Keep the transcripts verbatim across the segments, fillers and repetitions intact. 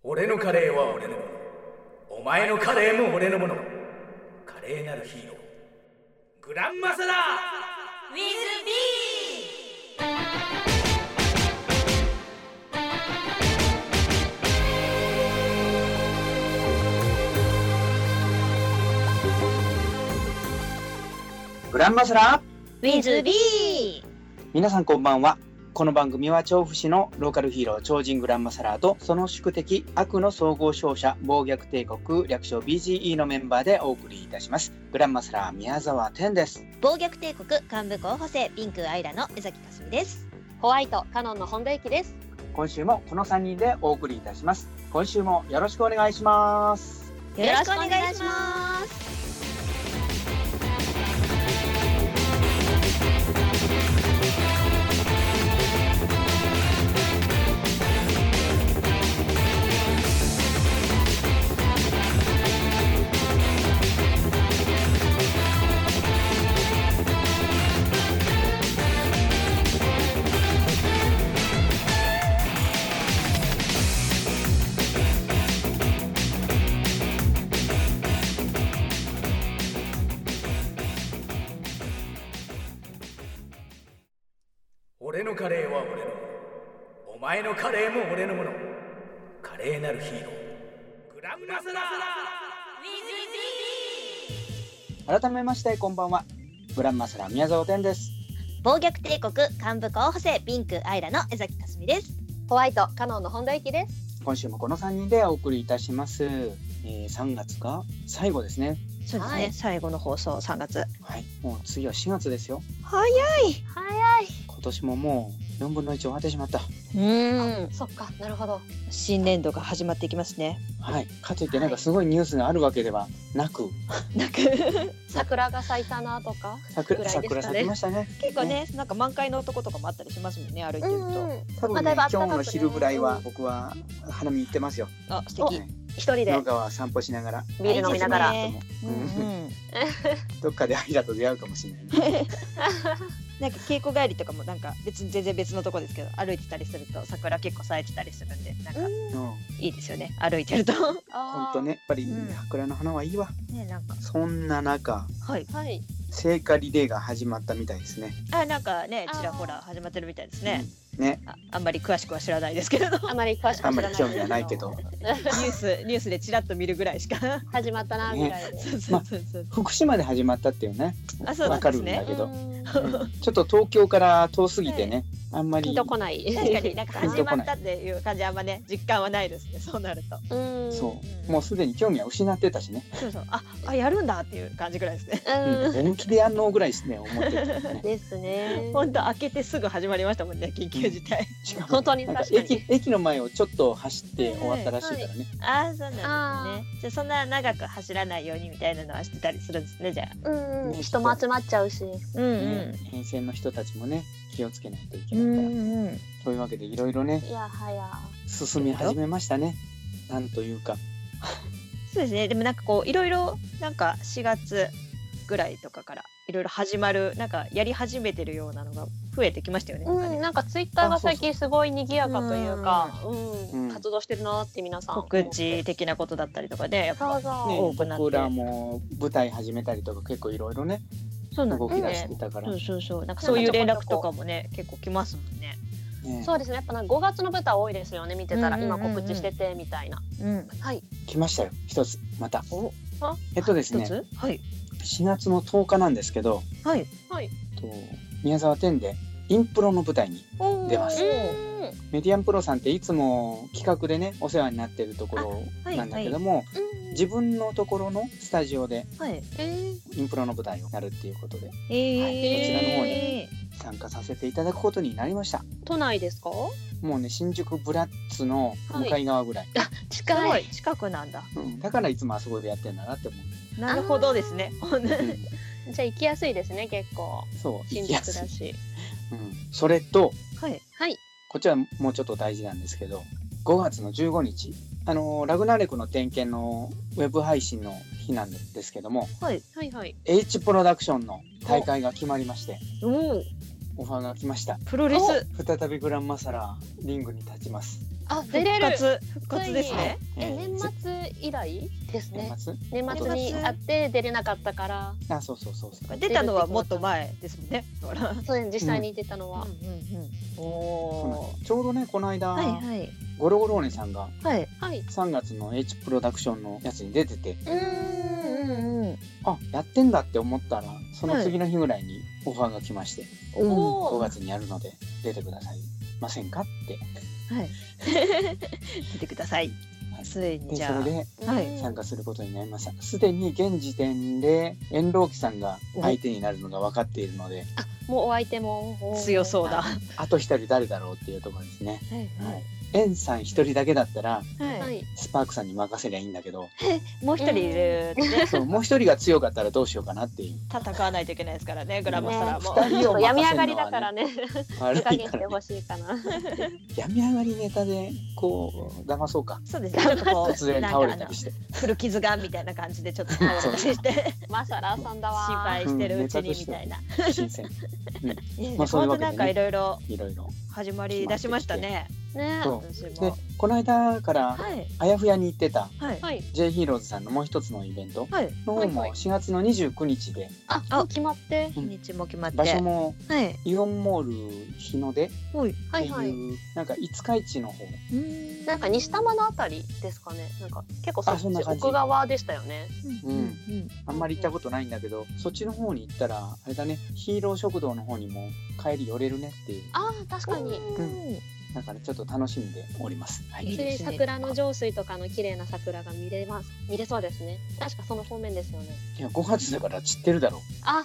俺のカレーは俺のもの、お前のカレーも俺のもの。華麗なるヒーロー、グランマサラー with B。 グランマサラー with B。 皆さんこんばんは。この番組は調布市のローカルヒーロー超人グランマサラーとその宿敵悪の総合商社暴虐帝国略称 ビージーイー のメンバーでお送りいたします。グランマサラー宮沢天です。 暴虐帝国幹部候補生ピンクアイラの江崎かすみです。 ホワイトカノンの本田由紀です。 今週もこのさんにんでお送りいたします。今週もよろしくお願いします。 よろしくお願いします。 俺のカレーは俺のもの、お前のカレーも俺のもの。華麗なるヒーロー、グランマサラー with B。 改めましてこんばんは。グランマサラー宮沢天です。 暴虐帝国幹部候補生ピンクアイラの江崎かすみです。 ホワイトカノンの本田由紀です。 今週もこのさんにんでお送りいたします。えー、さんがつが最後ですね。 そうですね、はい、最後の放送さんがつ。 はい、もう次はしがつですよ。 早い早い。 今年ももうよんぶんのいち終わってしまった。 うーん、 そっか、なるほど。 新年度が始まっていきますね。 はい、かといってなんかすごいニュースがあるわけではなく、 なく桜が咲いたなとか桜、 ぐらいですかね。 桜咲きましたね。 結構ね、なんか満開の男とかもあったりしますもんね、歩いてると。 うんうん、 多分ね、 まあ、 今日のだいぶ暖かくね昼ぐらいは僕は花見行ってますよ。 あ、素敵。 一人で野川散歩しながらビール飲みながら、 いいですね。うんうんどっかでアイラと出会うかもしれないね。 なんか稽古帰りとかもなんか別に全然別のとこですけど歩いてたりすると桜結構咲いてたりするんでなんかいいですよね、歩いてると。 本当ね、やっぱりうん桜の花はいいわ。 ね、なんかそんな中、 はいはい。 聖火リレーが始まったみたいですね。 あ、なんかねあーちらほら始まってるみたいですね。 うんね、 あ、あんまり詳しくは知らないですけれどあまり詳しくあんまは知らないり興味はないけど、 ニュースニュースでちらっと見るぐらいしか。 始まったなぐらいで、 そうそうそうそう。 福島で始まったっていうね、 あ、そうなわかんですね。 るんだけど、 うんうんちょっと東京から遠すぎてね、あんまりピンとこない。 確かになんかピンとこない始まったっていう感じあんまね実感はないですね。そうなると。 うんそう、 うんもうすでに興味は失ってたしね、 そうそう。あ、あやるんだっていう感じぐらいですね。 うんうん本気でやんのぐらいですね、思ってたよね。 ですね。 本当開けてすぐ始まりましたもんね、緊急事態。 しかも本当になんか確かに駅駅の前をちょっと走って終わったらしいからね。 ああ、そうなんですあね。じゃあそんな長く走らないようにみたいなのはしてたりするんですね、じゃあ。 うんうん、人も集まっちゃうし。 うんね沿線の人たちもね気をつけないといけうん。うないから、 んうん。 というわけでいろいろねいやはや。 進み始めましたね。なんというか、 そうですね。でもなんかこういろいろなんかしがつぐらいとかからいろいろ始まるなんかやり始めてるようなのが増えてきましたよね。なんかねうん、なんかツイッターが最近すごい賑やかというか、うん、 うん活動してるなって皆さん。 告知的なことだったりとかでやっぱそうそう。 ね、 多くなって僕らも舞台始めたりとか結構いろいろねそうなんです動き出しね。 てたから、 そうそうそう。なんかそういう連絡とかもね結構来ますもんね。 ね、 そうですね。やっぱなんかごがつの舞台多いですよね。見てたら、 うんうんうんうん今告知しててみたいな。 うん。 はい。 来ましたよ一つまた。 お、 えっとですね一つ？はいしがつのとおかなんですけど、 はい。 はい。 と宮沢天でインプロの舞台に出ますうメディアンプロさんっていつも企画でねお世話になってるところはいなんだけども、 ん。 自分のところのスタジオではい。 えインプロの舞台をやるっていうことでえーはいこちらの方に参加させていただくことになりました。 ー、都内ですか？ もうね新宿ブラッツの向かい側ぐらい、 あ、 す近い。 ごい近くなんだ。 うん、だからいつもあそこでやってんだなって思なるほどですね。 う、うん、 じゃあ行きやすいですね、結構。 そう新行きやすい、 宿だし。 うん、それとはい。 はい。 こっちはもうちょっと大事なんですけどごがつのじゅうごにちあのラグナレクの点検のウェブ配信の日なんですけどもはい。 はいはい。 H プロダクションの大会が決まりましておお。 オファーが来ました。 プロレス。 再びグランマサラーリングに立ちます。 あ、出れる。 復活復活ですね。 え、年末以来ですね。 年末年末に会って出れなかったから。 あ、そうそうそうそう。 出たのはもっと前ですもんね。だからそうです、実際に出たのは。 うんうんうん。 そうおなんですちょうどねこの間、 はいはいゴロゴローネさんがはい。 はい。 さんがつの H プロダクションのやつに出てて、 うんうんうん。 あ、やってんだって思ったらその次の日ぐらいにオファーが来まして、 おお。 おーごがつにやるので出てくださいませんかって。 はい。見てください。 はいついにでじゃあ。 それではい参加することになりました。すでに現時点で遠藤家さんが相手になるのが分かっているので、 あ、もうお相手も強そうだ。はあと一人誰だろうっていうところですね。 いはい。エンさん一人だけだったらは。 はいい。 スパークさんに任せりゃいいんだけど、 もう一人いるってそうもう一人が強かったらどうしようかなっていう。 戦わないといけないですからね。グラマサラも。 二人を任せるのはね病み上がりだからね。 悪手加いからね。 減してほしいかな。 病み上がりネタでこう騙そうか。 そうですね。ちょっとこう突然倒れたりして。 古傷がみたいな感じでちょっと倒れたりしてマサラさんだわ。 心配してるうちにみたいな。 新鮮。 ねまあそういうわけでね本当なんかいろいろいろいろ。 始まり出しましたね。 ね。 そう私でも。 この間からはいあやふやに行ってたはいはい。 J ヒーローズさんのもう一つのイベントはい。 の方はいはいもしがつのにじゅうくにちで、 あ、もう決まって。 うん日にちも決まって。 場所もはい。 イオンモール日の出ってはい。 はいはい。 いうなんか五日市の方、 うんなんか西多摩のあたりですかね。なんか結構そっちあそんな感じ奥側でしたよね。 うんうん。 あんまり行ったことないんだけど、そっちの方に行ったらあれだね、ヒーロー食堂の方にも帰り寄れるねっていう、 ああ、確かに。 だからちょっと楽しんでおります。はいい。 いですね桜の上水とかの綺麗な桜が見れます。見れそうですね。確かその方面ですよね。 いやごがつだから散ってるだろう。 あ。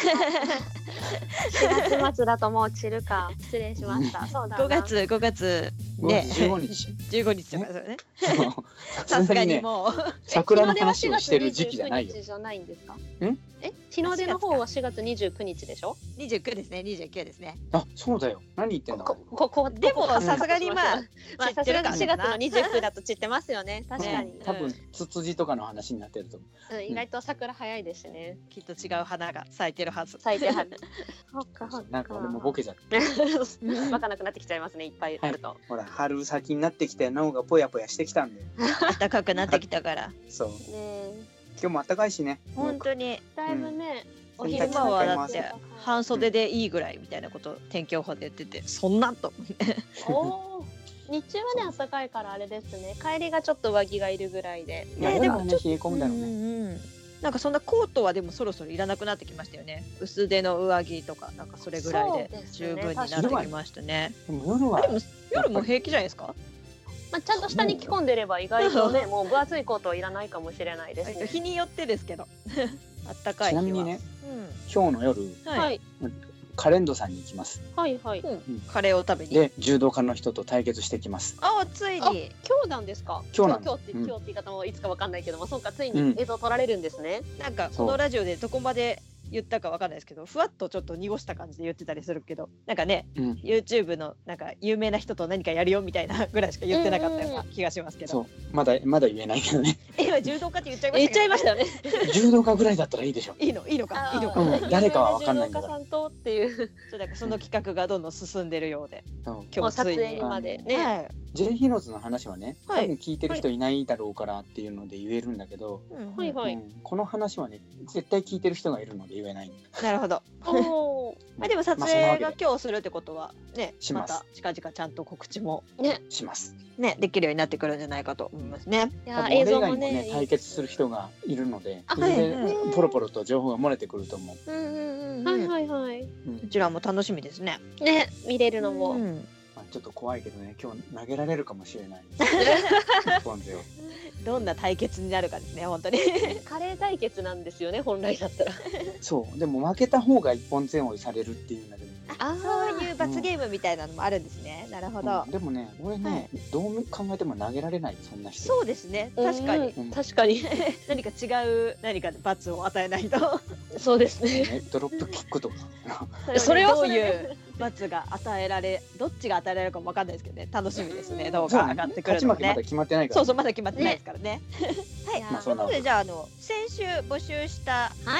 しがつ末だともう散るか。失礼しました。そうだな。 ごがつごがつごがつねじゅうごにち。 じゅうごにちとかですよね。 そうさすがにね、 もう桜の話をしてる時期じゃないよ日の出はしがつにじゅうくにちじゃないんですか。 ん？ え、日の出の方はしがつにじゅうくにちでしょ。 にじゅうくですね。にじゅうくですね。 あ、そうだよ。何言ってんだ。 こここでもここさすがにまあまあさすがにしがつのにじゅうくだと散ってますよね。確かに。 ね多分ツツジとかの話になってると思う。 うん、意外と桜早いですしね。 きっと違う花が咲いてるはず。 咲いてはる。そっかそっか。 なんか俺もボケちゃった。 わかんなくなってきちゃいますね。いっぱいあると。 ほら春先になってきて脳がぽやぽやしてきたんで。 暖かくなってきたから。 そう。 ねえ、 今日も暖かいしね。 本当にだいぶね、お昼昼今はだってうん半袖でいいぐらいみたいなこと天気予報で言ってて、そんなと。 おお。日中はね暖かいからあれですね。帰りがちょっと上着がいるぐらいで。 いやねでもでもね冷え込むだろうね。 うんうんうんなんかそんなコートはでもそろそろいらなくなってきましたよね。薄手の上着とかなんかそれぐらいでそうです十ね分になってきましたね。 でも夜はでも夜も平気じゃないですか。 まあちゃんと下に着込んでれば意外とね、もう分厚いコートはいらないかもしれないですね。 日によってですけど。あったかい日は。 ちなみにね、 う今日の夜ん。 ははい。 いカレンドさんに行きます。 はいはい。 うんカレーを食べに。 で柔道家の人と対決してきます。 あついあ、 に。 今日なんですか。 今日なん今日ってうん今日って言い方もいつかわかんないけども、そうかついうんに映像撮られるんですね。 なんかそうこのラジオでどこまで言ったかわかんないですけど、ふわっとちょっと濁した感じで言ってたりするけど、なんかね、 うん。 YouTube のなんか有名な人と何かやるよみたいなぐらいしか言ってなかったような気がしますけど。 そうまだまだ言えないけどね。 え今柔道家って言っちゃいましたけど。 言っちゃいましたよね。 柔道家ぐらいだったらいいでしょ。 いいのいいのかいいのか。 うん誰かはわかんないんだから柔道家さんとっていう。 そうだからその企画がどんどん進んでるようで、 そうも今日ついう撮影に。 までね。 はい。 J ヒローズの話はね、 はい多分聞いてる人いないだろうからっていうので言えるんだけど、 うんはいはい。 うんこの話はね絶対聞いてる人がいるので言えない。 なるほど。 おお。 まあでも撮まあそんなわ影けでが今日するってことはね、 しますまた近々ちゃんと告知もね。 します。 ねできるようになってくるんじゃないかと思いますね。 い多分俺以や映像も外にもねね。 対決する人がいるので、 あそれではいはいポロポロと情報が漏れてくると思う。 うんうんうん。 はいはいはい。 うんこちらも楽しみですね。 ね、見れるのも。 うんまあ、ちょっと怖いけどね、今日投げられるかもしれない。一本背を。 どんな対決になるかですね本当に。 カレー対決なんですよね、本来だったら。 そう、でも負けた方が一本背負いされるっていうんだけど。 あそういう罰ゲームみたいなのもあるんですね。なるほどうん。でもね、俺ね、 はいどう考えても投げられないそんな人。 そうですね確かに。 うん確かに。 何か違う何か罰を与えないと。 そうですね。 ね、ドロップキックとか。 それはどそうれでいう罰が与えられどっちが与えられるかもわかんないですけどね楽しみですね動そうね画上がってくるのね勝ち負けまだ。決まってないから。 そうそうまだ決まってないですからね。はい。 いやまあということでじゃああの先週募集したはい。 ハ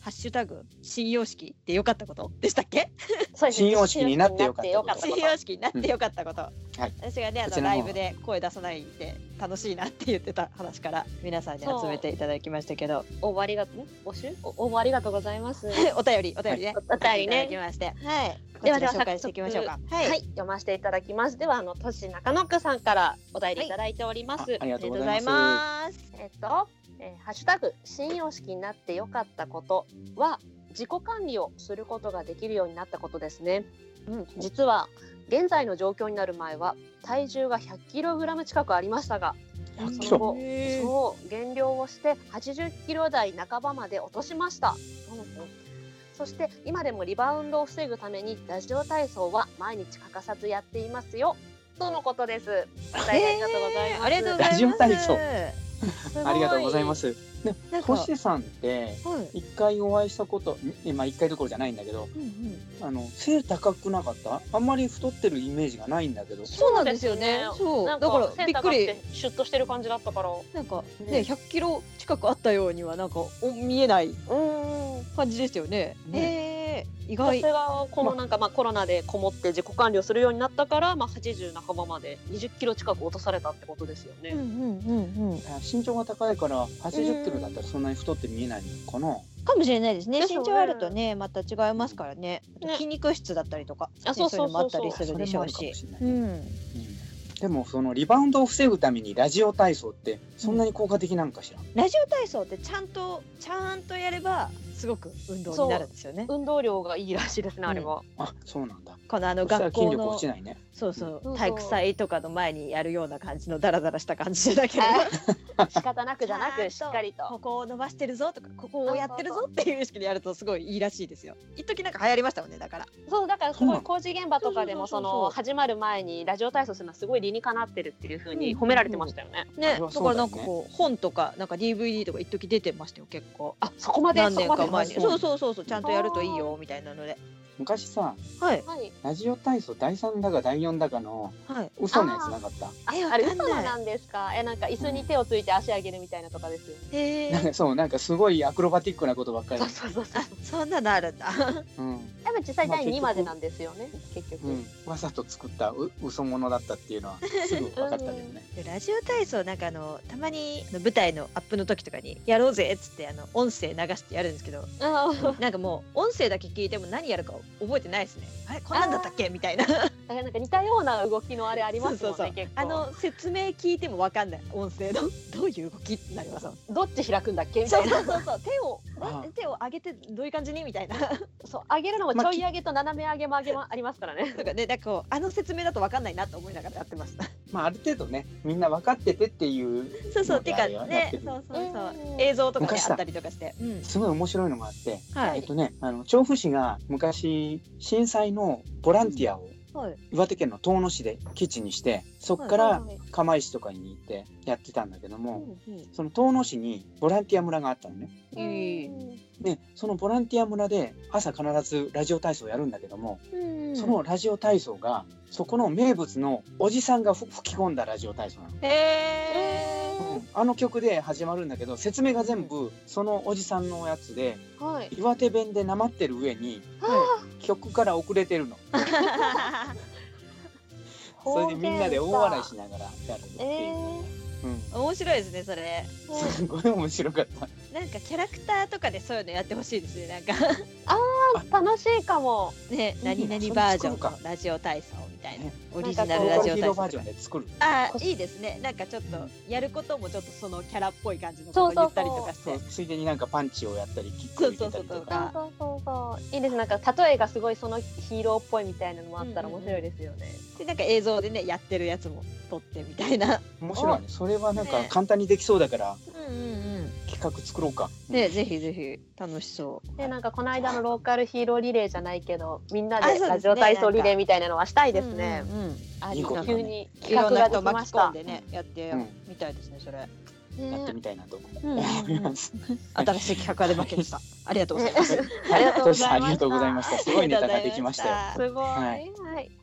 ハッシュタグ新様式って良かったことでしたっけ？ そうですね新様式になってよかったこと新様式になって良かったこと、 はい私がねあこちらの方のライブで声出さないで楽しいなって言ってた話から皆さんに集めていただきましたけど、 応募ありがとう、募集お応募ありがとうございます。 お便りお便りね、 お便りねいただきまして、はい、こではではちら紹介していきましょうか。 はい、はい、読ませていただきます。ではあの都市中野区さんからお便りいただいております。 あありがありがとうございとうございまます。 えっと、えーハッシュタグ新様式になってよかったことは自己管理をすることができるようになったことですね。うん、実は現在の状況になる前は体重が ひゃくキログラム 近くありましたが、 ひゃくキロその後へーそう減量をしてはちじゅっキロ台半ばまで落としました。うんうん、そして今でもリバウンドを防ぐためにラジオ体操は毎日欠かさずやっていますよとのことです。お便りありがとうございます。 ありがとうございます。 ラジオ体操すごいありがとうございます。でなんか星さんってはい。 一回お会いしたことんまあ一回どころじゃないんだけど、 うんうん。 あの背高くなかった？あんまり太ってるイメージがないんだけど。 そうなんですよね。そうなんだから背びっくり高てシュッとしてる感じだったから。 なんかねねひゃくキロ近くあったようにはなんかお見えないうん。 感じでしたよね。 ねえー、意私外。 がこのなんかまあコロナでこもって自己管理をするようになったから、まあはちじゅう半ばまでにじゅっキロ近く落とされたってことですよね。 うんうんうんうん。 あ身長が高いからはちじゅっキロだったらそんなに太って見えないのかな。 かもしれないですね。 ですよね身長あるとねまた違いますからね。あとね筋肉質だったりとか、 あそうそうそうそうねいのもあったりするでしょうしそれもあるかもしれない。 うん。 うんでもそのリバウンドを防ぐためにラジオ体操ってそんなに効果的なんかしら。 ラジオ体操ってちゃんとちゃんとやればすごく運動になるんですよね。 運動量がいいらしいですね、あれは。 あ、そうなんだ。 このあのそしたら学校筋力落のちないね。 そうそうそうそう体育祭とかの前にやるような感じのダラダラした感じだけど仕方なくじゃなくしっかりと。 ここを伸ばしてるぞとかここをやってるぞっていう意識でやるとすごいいいらしいですよ。一時なんか流行りましたもんねだから。 そうだからすごい工事現場とかでもそそうそうそうそうの始まる前にラジオ体操するのはすごい理にかなってるっていう風に褒められてましたよね。 あね、 れはだからそうだよねなんかこう本とかなんか ディーブイディー とか一時出てましたよ結構。 あそこまで何年か前にそこまでそうそうそうそうちゃんとやるといいよみたいなので。 昔さ、 はいはい。 ラジオ体操だいさんだかだいよんだかのはい。 嘘のやつなかった？ えあれわかんない嘘のなんですか。えなんか椅子に手をついて足上げるみたいなとかですよね。 へえ。 なんかそうなんかすごいアクロバティックなことばっかりそう。そうそうそうあ。そんなのあるんだ。 うんでも実際だいにまあ結局までなんですよね結局。 うん。わざと作ったう嘘物だったっていうのはすぐ分かったけどね。 でラジオ体操なんかあのたまにあの舞台のアップの時とかにやろうぜっつってあの音声流してやるんですけどあーなんかもう音声だけ聞いても何やるか覚えてないですね。あれこんなんだったっけみたいな。 だからなんか似たような動きのあれありますもんねそうそうそう結構。 あの説明聞いてもわかんない音声のどういう動きってなりますもん。 どっち開くんだっけみそたいうな。 そうそうそう手をあ手を上げてどういう感じにみたいなそう上げるのもちょい上げと斜め上げも上げもありますからね。 とかねなんかこうあの説明だとわかんないなと思いながらやってます。 まあある程度ねみんな分かっててっていうそうそうてかのであれはやっねてるそうそうそううん映像とかね昔さあったりとかして。うんすごい面白いのがあって、 はいえっとねあの調布市が昔震災のボランティアをはい岩手県の遠野市で基地にしてそこから釜石とかに行ってやってたんだけども、その遠野市にボランティア村があったのね。 いいでそのボランティア村で朝必ずラジオ体操をやるんだけども、 うんそのラジオ体操がそこの名物のおじさんがふ吹き込んだラジオ体操なの。 へえうんあの曲で始まるんだけど説明が全部そのおじさんのやつではい。 岩手弁でなまってる上に曲から遅れてるの。それでみんなで大笑いしながらやるっていう、 えうん、 面白いですねそれ。 ー、 すごい面白かった。 なんかキャラクターとかでそういうのやってほしいですねなんか楽しいかも。 ねいいね何々バージョンそれ作るのラジオ体操みたいなねオリジナローカルルラジオヒーローバージョ体操とかンで作る。 あーいいですねなんかちょっとやることもちょっとそのキャラっぽい感じのそうそうそうことを言ったりとかしてそうついでになんかパンチをやったりキックを入れたりとそうそうそうか。 そうそうそう。いいです。なんか例えがすごいそのヒーローっぽいみたいなのもあったら面白いですよね。 でなんか映像でねやってるやつも撮ってみたいな。 面白いね。それはなんかね簡単にできそうだからうんうんうん企画作ろうか。 ねぜひぜひ楽しそう。 でなんかこの間のローカルヒーローリレーじゃないけどみんなあそうですねでラジオ体操リレーみたいなのはしたいですね。 うんうんうんあいいことだね急にい企画がでろんな人きました巻き込ん。でねやってうんみたいですねそれ。 ねやってみたいなとうんうんうん思います。 新しい企画が出ました。ありがとうございます。 ありがとうございましたありがとうございました。すごいネタができましたよ。 すごい。 ははいい。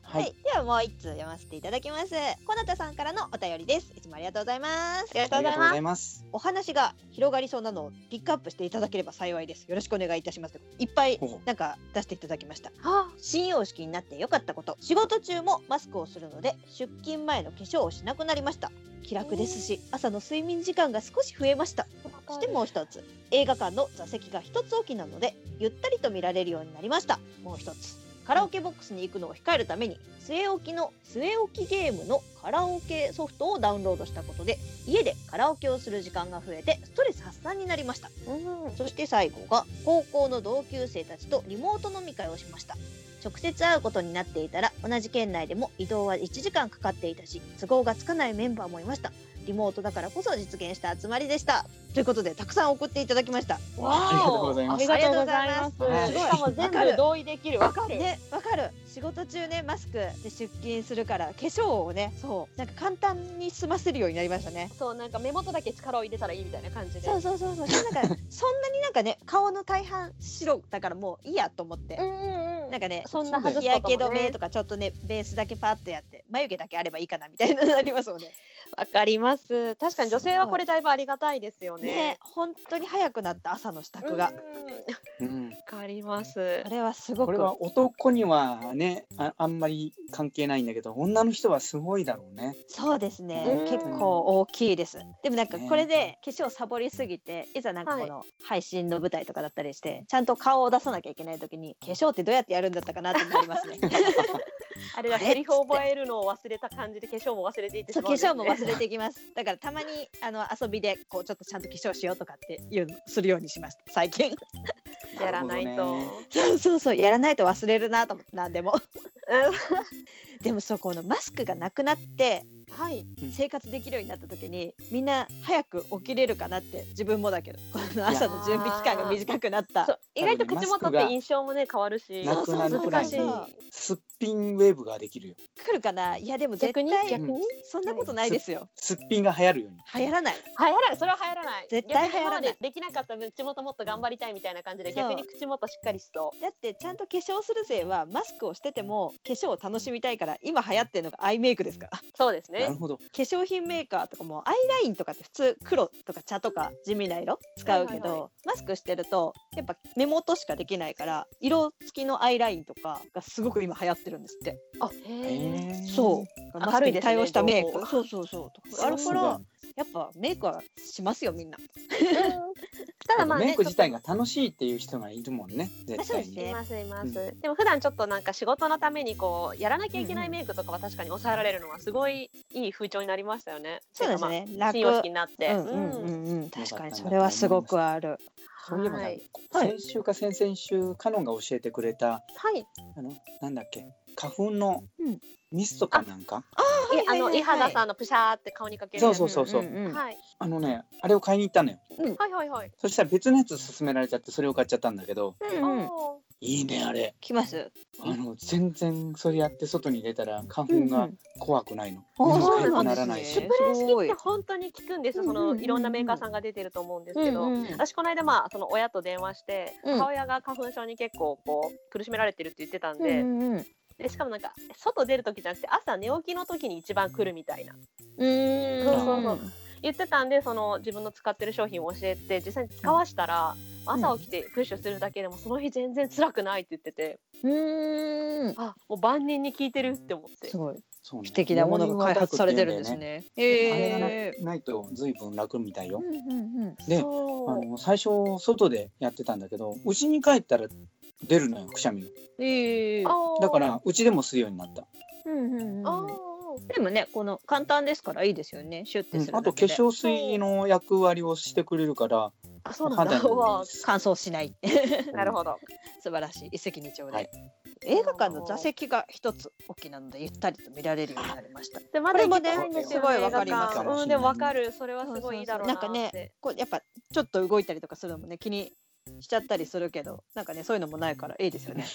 はい、 はい、ではもう一通読ませていただきます。こなたさんからのお便りです。いつもありがとうございます。 ありがとうございありがとうごます。 ざいます。 お話が広がりそうなのをピックアップしていただければ幸いです。よろしくお願いいたします。いっぱいほうなんか出していただきました。 は新様式になって良かったこと。仕事中もマスクをするので出勤前の化粧をしなくなりました。気楽ですし、朝の睡眠時間が少し増えました。そしてもう一つ、映画館の座席が一つ置きなのでゆったりと見られるようになりました。もう一つ、カラオケボックスに行くのを控えるために据え置きの据え置きゲームのカラオケソフトをダウンロードしたことで家でカラオケをする時間が増えてストレス発散になりました。 うんそして最後が高校の同級生たちとリモート飲み会をしました。直接会うことになっていたら同じ県内でも移動はいちじかんかかっていたし都合がつかないメンバーもいました。リモートだからこそ実現した集まりでした。ということでたくさん送っていただきました。 わありがとうございますありがとうございます。 はいしかも全部同意できる。わかる。 ね、わかる。仕事中ねマスクで出勤するから化粧をねそうなんか簡単に済ませるようになりましたね。 そうなんか目元だけ力を入れたらいいみたいな感じで。 そうそうそうそう。なんかそんなになんかね顔の大半白だからもういいやと思って。 うんうんうん。 なんかねそんな外す日焼け止こともねめとかちょっとねベースだけパッとやって眉毛だけあればいいかなみたいなのありますもんね。 わかります。確かに女性はこれだいぶありがたいですよね。 ね本当に早くなった朝の支度が。 うんうん、 わかりますあ。れはすごくこれは男にはね あ, あんまり関係ないんだけど女の人はすごいだろうね。 そうですねうん結構大きいです。でもなんかこれで化粧サボりすぎていざなんかこの配信の舞台とかだったりしてちゃんと顔を出さなきゃいけない時に化粧ってどうやってやるんだったかなってなりますね。 あれだ、 あれセリフを覚えるのを忘れた感じで化粧も忘れていってしまうんですね。 そう化粧も忘れていきます。だからたまにあの遊びでこうちょっとちゃんと化粧しようとかっていうのするようにしました最近。 やらないと。 なるほどねそうそうそうやらないと忘れるなと思ってなんでも。 うんでもそうこのマスクがなくなってはい。 生活できるようになった時にみんな早く起きれるかなって自分もだけどこの朝の準備期間が短くなったそう意外と口元って印象もね変わるし、 なくなるくらい難しい。 にすっぴんウェーブができるよ。 来るかな。いやでも絶逆に対逆にそんなことないですよ。 すっぴんが流行るように。 流行らない。 流行らない、それは流行らない。 絶対流行らない逆に今までできなかった分口元もっと頑張りたいみたいな感じでそう逆に口元しっかりしそう。 だってちゃんと化粧する勢はマスクをしてても化粧を楽しみたいから今流行ってるのがアイメイクですから。 そうですねなる。ほど。 化粧品メーカーとかもアイラインとかって普通黒とか茶とか地味な色使うけど、 はいはいはマスクしてるとやっぱ目元しかできないから色付きのアイラインとかがすごく今流行ってるんですって。 あ、 へへえ。 ーそうマスクに明るいですね対応したメイク。 情報そうそうそうさすがあるからやっぱメイクはしますよみんな。 ただまあねメイク自体が楽しいっていう人がいるもんね絶対に。 そうですねいますいます、 うでも普段ちょっとなんか仕事のためにこうやらなきゃいけないメイクとかは確かに抑えられるのはすごいいい風潮になりましたよね。 そうですねてかまあ新様式になって、 うんうんうんうんうん確かにそれはすごくある。 そういえばさ、 はいはい先週か先々週カノンが教えてくれたはいあのなんだっけ花粉のうんミストかなんか、 いあの伊原さんんのプシャーって顔にかけるそうやつそうそうそう、 んんんはいあのねあれを買いに行ったのよ。 はいはいはい、 そしたら別のやつ勧められちゃってそれを買っちゃったんだけど、 うんうんおいいねあれ。 来ます。 あの全然それやって外に出たら花粉が怖くないの。 うんうん喉あー痒くならないしそうなんですね。 ースプレー式すごいって本当に効くんですよ。そうんうんうんうんのいろんなメーカーさんが出てると思うんですけど、 うんうん私この間まあその親と電話して、 うん母親が花粉症に結構こう苦しめられてるって言ってたんうんで、 うんうんでしかもなんか外出る時じゃなくて朝寝起きの時に一番来るみたいなうーんそうそうそう言ってたんで、その自分の使ってる商品を教えて実際に使わしたら、朝起きてプッシュするだけでもその日全然辛くないって言ってて、 うーんあもう万人に効いてるって思ってす。ごいそうね素敵なものが開発されてるんですね。 あれがへえ。 なないと随分楽みたいよ。 うんうんうんでそうあの最初外でやってたんだけど家に帰ったら出るのよくしゃみが。 ええ。 あーだからうちでもするようになった。 うんうんうんあでもねこの簡単ですからいいですよね。シュッてするだあと化けで。 粧水の役割をしてくれるからあそうなんだ。 肌にうわ乾燥しない。 なるほど。 素晴らしい一石二鳥で。 はい映画館の座席が一つ大きなのでゆったりと見られるようになりました。 でまだ行けてこれもねないんですよ、 すごい映画わかります館うんでもわかる。それはすごいいいだろうなって。 そうそうそうなんかねこうやっぱちょっと動いたりとかするのもね気にしちゃったりするけどなんかねそういうのもないからいいですよね。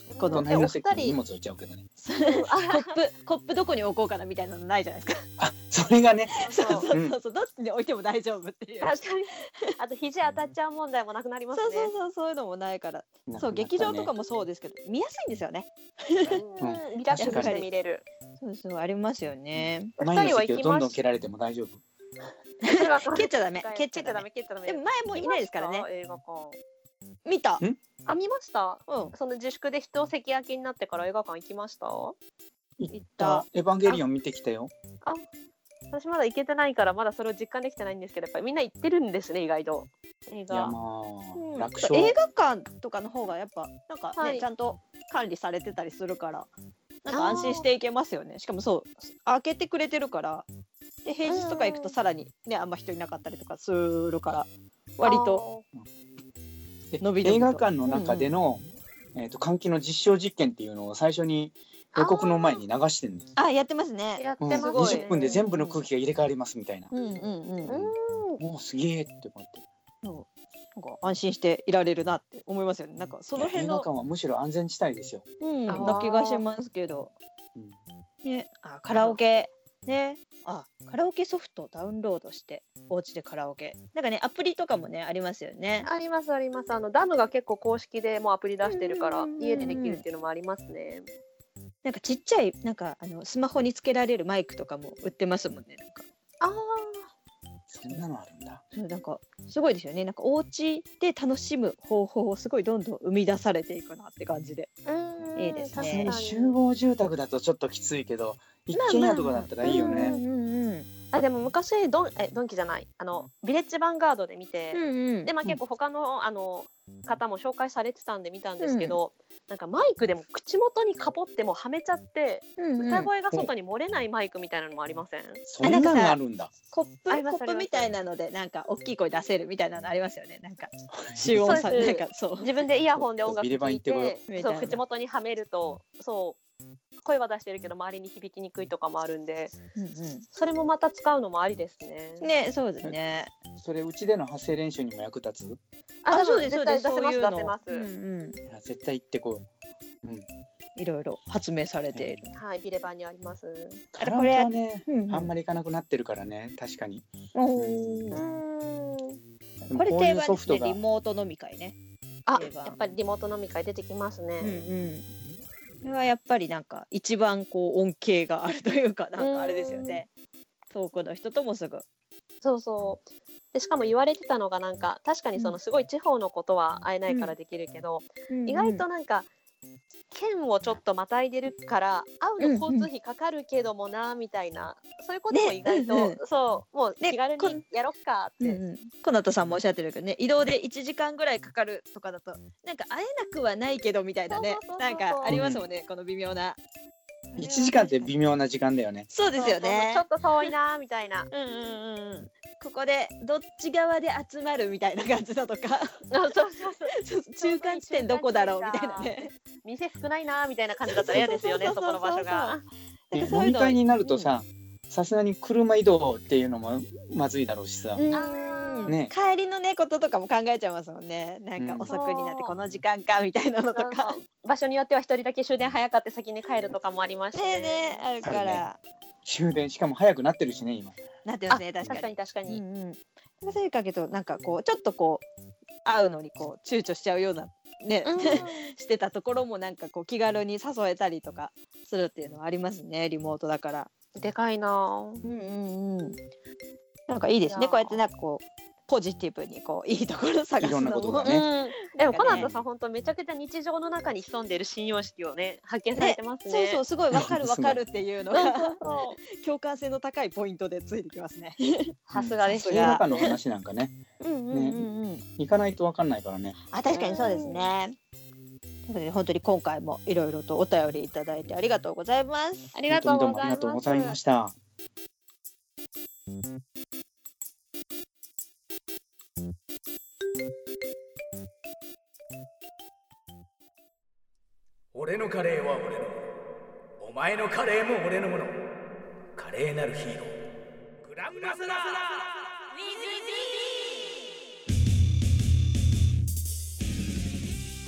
この隣の席にえお二人荷物置いちゃうけどね。 コップコップどこに置こうかなみたいなのないじゃないですか。 あ、それがね、 そうそうそうそう、どっちに置いても大丈夫っていう。 確かに。あと肘当たっちゃう問題もなくなりますね。 そうそうそう、そういうのもないから、そう劇場とかもそうですけど見やすいんですよね。 うんリラックスして見れる。 そうそうありますよね。 前の席をどんどん蹴られても大丈夫。 蹴っちゃダメ蹴っちゃダメ蹴っちゃダメ蹴っちゃダメ。 でも前もいないですからね。 映画館。 見た。 あ見ました。 うん。 その自粛で人席空きになってから映画館行きました。 行った。エヴァンゲリオン見てきたよ。 あ、私まだ行けてないからまだそれを実感できてないんですけど、やっぱりみんな行ってるんですね意外と。映画。 いやまうんあ楽勝。 映画館とかの方がやっぱなんかね、 はい、 ちゃんと管理されてたりするからなんか安心していけますよね。しかもそう開けてくれてるからで平日とか行くとさらにねあんま人いなかったりとかするから割とで伸び伸びと映画館の中での、うんうん、えーと換気の実証実験っていうのを最初に予告の前に流してるんです。 あやってますね。 やってうん、 ますね。 にじゅっぷんで全部の空気が入れ替わりますみたいな。 うんうんうんうん。 もうすげえって思って。 そうなんか安心していられるなって思いますよね。なんかその辺の映画館はむしろ安全地帯ですよ。 うんあーな気がしますけど。 うんねあカラオケねあカラオケソフトをダウンロードしてお家でカラオケなんかねアプリとかもねありますよね。 ありますあります。あのダムが結構公式でもうアプリ出してるからうんうんうんうん家でできるっていうのもありますね。 なんかちっちゃいなんかあのスマホにつけられるマイクとかも売ってますもんね。なんかああ。 そんなのあるんだ。 そうなんかすごいですよね。なんかお家で楽しむ方法をすごいどんどん生み出されていくなって感じで。 うんいいですね確かに集合住宅だとちょっときついけど、一軒家とかだったらいいよね。 うんうんうんあでも昔ドンえドンキじゃないあのビレッジヴァンガードで見て、 うんうん。 でまあ結構他のあの方も紹介されてたんで見たんですけど、なんかマイクでも口元にかぽってもはめちゃって、 うんうん歌声が外に漏れないマイクみたいなのもありません？ そんなのあるんだ。 コップありますコップみたいなのでなんか大きい声出せるみたいなのありますよね。なんか集集音さそうですなんかそう。 自分でイヤホンで音楽ビレバン聴い行ってこよてそうみたいな口元にはめるとそう声は出してるけど周りに響きにくいとかもあるんで、 うんうそれもまた使うのもありですね。 ん。ねそうですね。 それうちでの発声練習にも役立つ。いあそうですそうです。 絶対出せます出せます。 うんうん。 や絶対行ってこう。うん。 いろいろ発明されている。 はいビレバンにあります。 カラオケはね、 うんうんあんまり行かなくなってるからね、確かに。 おうーん。 これでもういう定番ですね。 ソフトがリモート飲み会ね。 あ定番やっぱりリモート飲み会出てきますね。 うんうん。これはやっぱりなんか一番こう恩恵があるというかなんかあれですよね。遠くの人ともすぐ。 そうそうでしかも言われてたのがなんか確かにそのすごい地方のことは会えないからできるけど、意外となんか県をちょっとまたいでるから会うの交通費かかるけどもなみたいな、そういうことも意外と、 ねうんそうもうね気軽こにやろっかって、 うんうん、こなたさんもおっしゃってるけどね移動でいちじかんぐらいかかるとかだとなんか会えなくはないけどみたいなねそうそうそうそうなんかありますもんね、この微妙な。 いちじかんって微妙な時間だよね。 そうですよね。 そうそうちょっと遠いなみたいなうんうんうんうんここでどっち側で集まるみたいな感じだとかそうそうそうそう中間地点どこだろうみたいなね。 店少ないなみたいな感じだったら嫌ですよねそこの場所が。 でそういうの飲み会になるとさ、さすがに車移動っていうのもまずいだろうしさ。 うんあね帰りのねこととかも考えちゃいますもんね。なんかうん遅くになってこの時間かみたいなのとそうか。 そう場所によっては一人だけ終電早かって先に帰るとかもありましたねえねえあるから、 終電しかも早くなってるしね今。 なってますねあ確かに。 確かに確かに、 うんうん。そういうかけどなんかこうちょっとこう会うのにこう躊躇しちゃうようなね、 うんしてたところもなんかこう気軽に誘えたりとかするっていうのはありますねリモートだから。 でかいなぁ。 うんうんうん。なんかいいですいやーねこうやってなんかこうポジティブにこういいところ探すいろんなのも。 ことがねうん、でもコなんかねナンさん本当めちゃくちゃ日常の中に潜んでる新様式をね発見されてますね。 そうそうすごいわかるわかるっていうのがそうそうそう共感性の高いポイントでついてきますね。 さすがです映画館の話なんかね、 うんうんうんうん。 行かないとわかんないからね。 あ確かにそうですね。ということで本当に今回もいろいろとお便りいただいてありがとうございます。 ありがとう本当ございます。 にどうもありがとうございました。 俺のカレーは俺のもの、お前のカレーも俺のもの。華麗なるヒーロー、グランマスラー。 はい、そ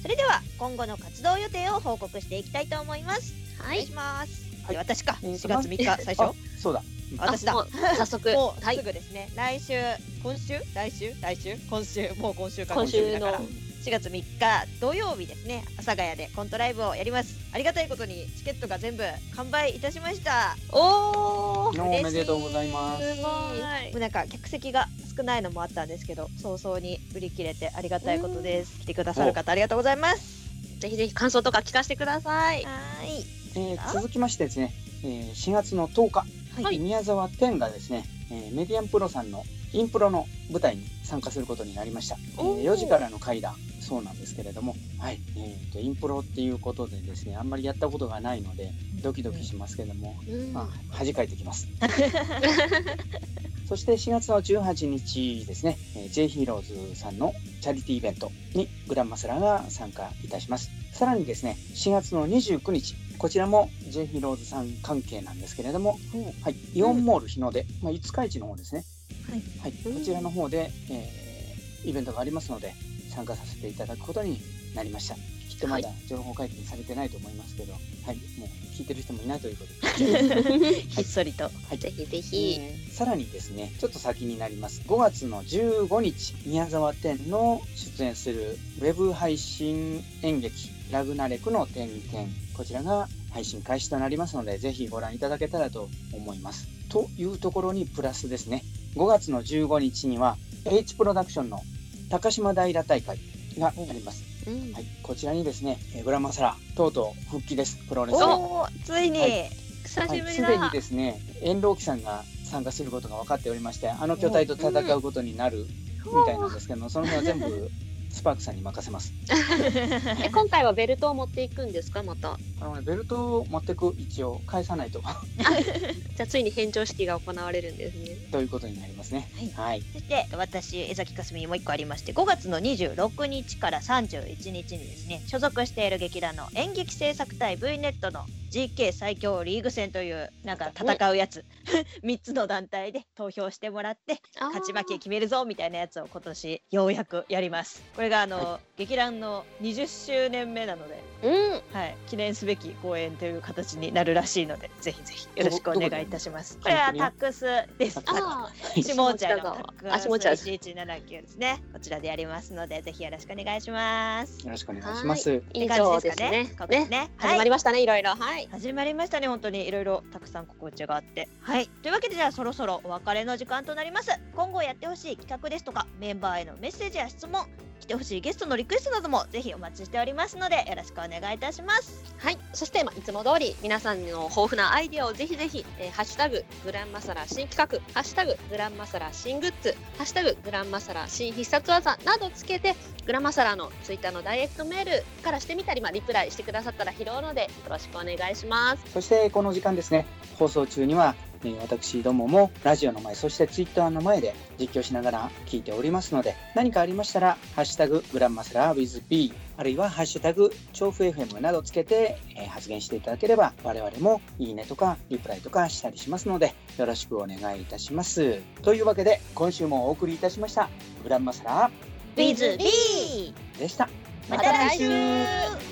れでは今後の活動予定を報告していきたいと思います。 はいお願いします。 はいで私か、 えーとしがつみっか最あ初そうだ。 私だ。 あもう早速もうはいすぐですね。来週、今週、来週、来週、今週、もう今週か今週のだからしがつみっか土曜日ですね。阿佐ヶ谷でコントライブをやります。ありがたいことにチケットが全部完売いたしました。 おーおめでとうございます。 すごいもうなんか客席が少ないのもあったんですけど、早々に売り切れてありがたいことです。来てくださる方ありがとうございます。 ぜひぜひ感想とか聞かせてください。 はーい。 えー続きましてですね、えーしがつのとおか、 はい宮沢天がですね、えーメディアンプロさんのインプロの舞台に参加することになりました。えおーーよじからの回だそうなんですけれども、はい、えーとインプロっていうことでですね、あんまりやったことがないのでドキドキしますけども、 うんまあ、恥かいてきます。そしてしがつのじゅうはちにちですね、えー J ヒーローズさんのチャリティーイベントにグランマスラーが参加いたします。さらにですね、しがつのにじゅうくにち、こちらも J ヒーローズさん関係なんですけれども、はい、イオンモール日の出、まあ、五日市の方ですね、 はいはい、こちらの方で、えーイベントがありますので参加させていただくことになりました。きっとまだ情報解禁されてないと思いますけど、はい、もう聞いてる人もいないということでひっそりと。 はいぜひぜひ。 えーさらにですね、ちょっと先になりますごがつのじゅうごにち、宮沢天の出演するウェブ配信演劇ラグナレクの点検、こちらが配信開始となりますので、ぜひご覧いただけたらと思います。というところにプラスですね、ごがつのじゅうごにちには H プロダクションの高島平大会があります。 うんはい、こちらにですね、えーグラマサラとうとう復帰です。プロレスおお、ついに。 はい久しぶりすでにだ。 ですね、遠藤さんが参加することが分かっておりまして、あの巨体と戦うことになるみたいなんですけども、その辺は全部スパークさんに任せます。 え今回はベルトを持っていくんですかまた。 あの、ね、ベルトを持ってく、一応返さないとじゃあついに返上式が行われるんですね。 ということになりますね。はい、 そして私江崎かすみにもう一個ありまして、ごがつのにじゅうろくにちからさんじゅういちにちにですね、所属している劇団の演劇制作隊 V ネットの ジーケー 最強リーグ戦というなんか戦うやつみっつの団体で投票してもらって勝ち負け決めるぞみたいなやつを今年ようやくやります。これがあの、 は劇団のにじゅっしゅうねんめなので、 うん。 はい、記念すべき公演という形になるらしいので、ぜひぜひよろしくお願いいたします。これはタックスです。 あ下落合のタッあ下落合クスいちいちななきゅうですね。こちらでやりますので、ぜひよろしくお願いします。 よろしくお願いします。 以上ですね。 って感じですかね。 ね始まりましたね、いろいろ。はい。 始まりましたね。本当にいろいろたくさん告知があって、はい、というわけでじゃあそろそろお別れの時間となります。今後やってほしい企画ですとかメンバーへのメッセージや質問、来てほしいゲストのリクエストなどもぜひお待ちしておりますので、よろしくお願いいたします。 はい。そして、まあ、いつも通り皆さんの豊富なアイディアをぜひぜひ、えーハッシュタググランマサラ新企画、ハッシュタググランマサラ新グッズ、ハッシュタググランマサラ新必殺技などつけて、グランマサラのツイッターのダイレクトメールからしてみたり、まあ、リプライしてくださったら拾うのでよろしくお願いします。 そしてこの時間ですね、放送中には、えー私どももラジオの前、そしてツイッターの前で実況しながら聞いておりますので、何かありましたらハッシュタググランマスラー with B、 あるいはハッシュタグ調布 エフエム などつけて、えー発言していただければ、我々もいいねとかリプライとかしたりしますので、よろしくお願いいたします。というわけで今週もお送りいたしましたグランマスラビズビーーでした。 また来週。